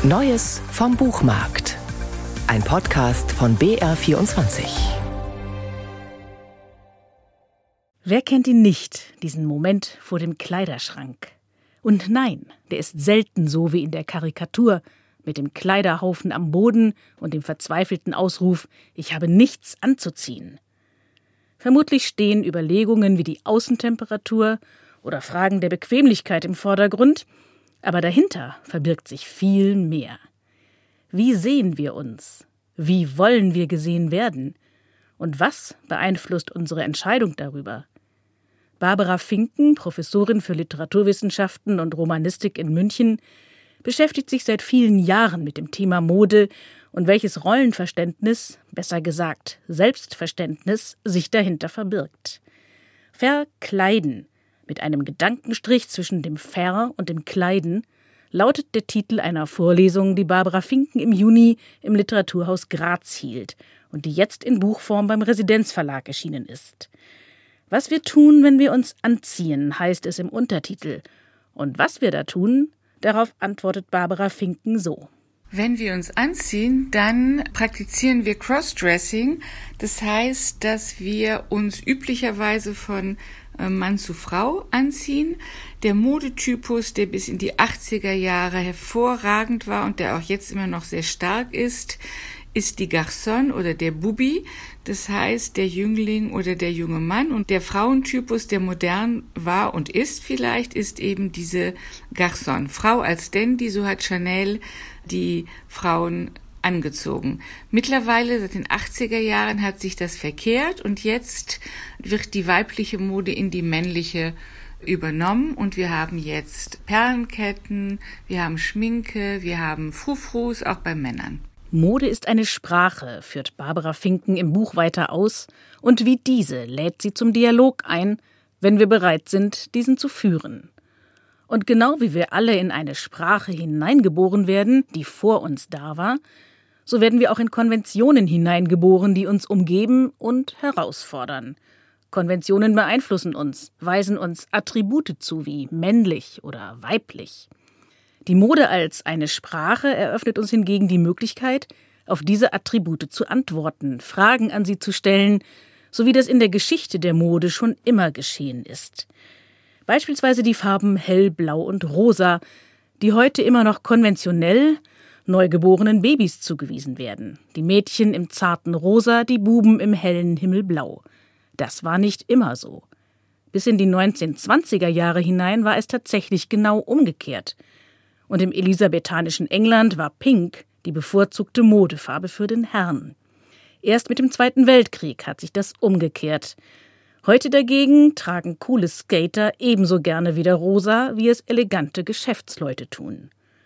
Neues vom Buchmarkt. Ein Podcast von BR24. Wer kennt ihn nicht, diesen Moment vor dem Kleiderschrank? Und nein, der ist selten so wie in der Karikatur, mit dem Kleiderhaufen am Boden und dem verzweifelten Ausruf, ich habe nichts anzuziehen. Vermutlich stehen Überlegungen wie die Außentemperatur oder Fragen der Bequemlichkeit im Vordergrund, aber dahinter verbirgt sich viel mehr. Wie sehen wir uns? Wie wollen wir gesehen werden? Und was beeinflusst unsere Entscheidung darüber? Barbara Finken, Professorin für Literaturwissenschaften und Romanistik in München, beschäftigt sich seit vielen Jahren mit dem Thema Mode und welches Rollenverständnis, besser gesagt Selbstverständnis, sich dahinter verbirgt. Verkleiden, mit einem Gedankenstrich zwischen dem Ver- und dem Kleiden, lautet der Titel einer Vorlesung, die Barbara Finken im Juni im Literaturhaus Graz hielt und die jetzt in Buchform beim Residenzverlag erschienen ist. Was wir tun, wenn wir uns anziehen, heißt es im Untertitel. Und was wir da tun, darauf antwortet Barbara Finken so. Wenn wir uns anziehen, dann praktizieren wir Crossdressing. Das heißt, dass wir uns üblicherweise von Mann zu Frau anziehen. Der Modetypus, der bis in die 80er Jahre hervorragend war und der auch jetzt immer noch sehr stark ist die Garçon oder der Bubi, das heißt der Jüngling oder der junge Mann. Und der Frauentypus, der modern war und ist vielleicht, ist eben diese Garçon. Frau als Dandy, so hat Chanel die Frauen angezogen. Mittlerweile, seit den 80er Jahren, hat sich das verkehrt und jetzt wird die weibliche Mode in die männliche übernommen und wir haben jetzt Perlenketten, wir haben Schminke, wir haben Frou-Frous, auch bei Männern. Mode ist eine Sprache, führt Barbara Finken im Buch weiter aus, und wie diese lädt sie zum Dialog ein, wenn wir bereit sind, diesen zu führen. Und genau wie wir alle in eine Sprache hineingeboren werden, die vor uns da war, so werden wir auch in Konventionen hineingeboren, die uns umgeben und herausfordern. Konventionen beeinflussen uns, weisen uns Attribute zu wie männlich oder weiblich. Die Mode als eine Sprache eröffnet uns hingegen die Möglichkeit, auf diese Attribute zu antworten, Fragen an sie zu stellen, so wie das in der Geschichte der Mode schon immer geschehen ist. Beispielsweise die Farben Hell, Blau und Rosa, die heute immer noch konventionell neugeborenen Babys zugewiesen werden. Die Mädchen im zarten Rosa, die Buben im hellen Himmelblau. Das war nicht immer so. Bis in die 1920er Jahre hinein war es tatsächlich genau umgekehrt. Und im elisabethanischen England war Pink die bevorzugte Modefarbe für den Herrn. Erst mit dem Zweiten Weltkrieg hat sich das umgekehrt. Heute dagegen tragen coole Skater ebenso gerne wieder rosa, wie es elegante Geschäftsleute tun.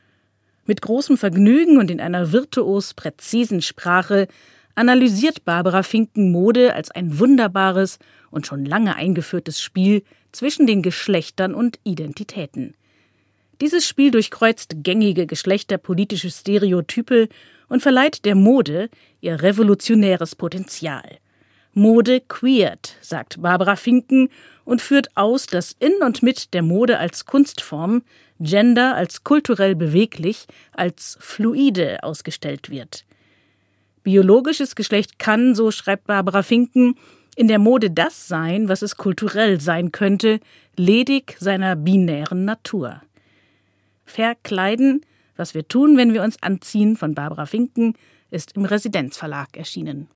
Mit großem Vergnügen und in einer virtuos präzisen Sprache analysiert Barbara Finken Mode als ein wunderbares und schon lange eingeführtes Spiel zwischen den Geschlechtern und Identitäten. Dieses Spiel durchkreuzt gängige geschlechterpolitische Stereotype und verleiht der Mode ihr revolutionäres Potenzial. Mode queert, sagt Barbara Finken und führt aus, dass in und mit der Mode als Kunstform Gender als kulturell beweglich, als fluide ausgestellt wird. Biologisches Geschlecht kann, so schreibt Barbara Finken, in der Mode das sein, was es kulturell sein könnte, ledig seiner binären Natur. Verkleiden, was wir tun, wenn wir uns anziehen, von Barbara Finken, ist im Residenzverlag erschienen.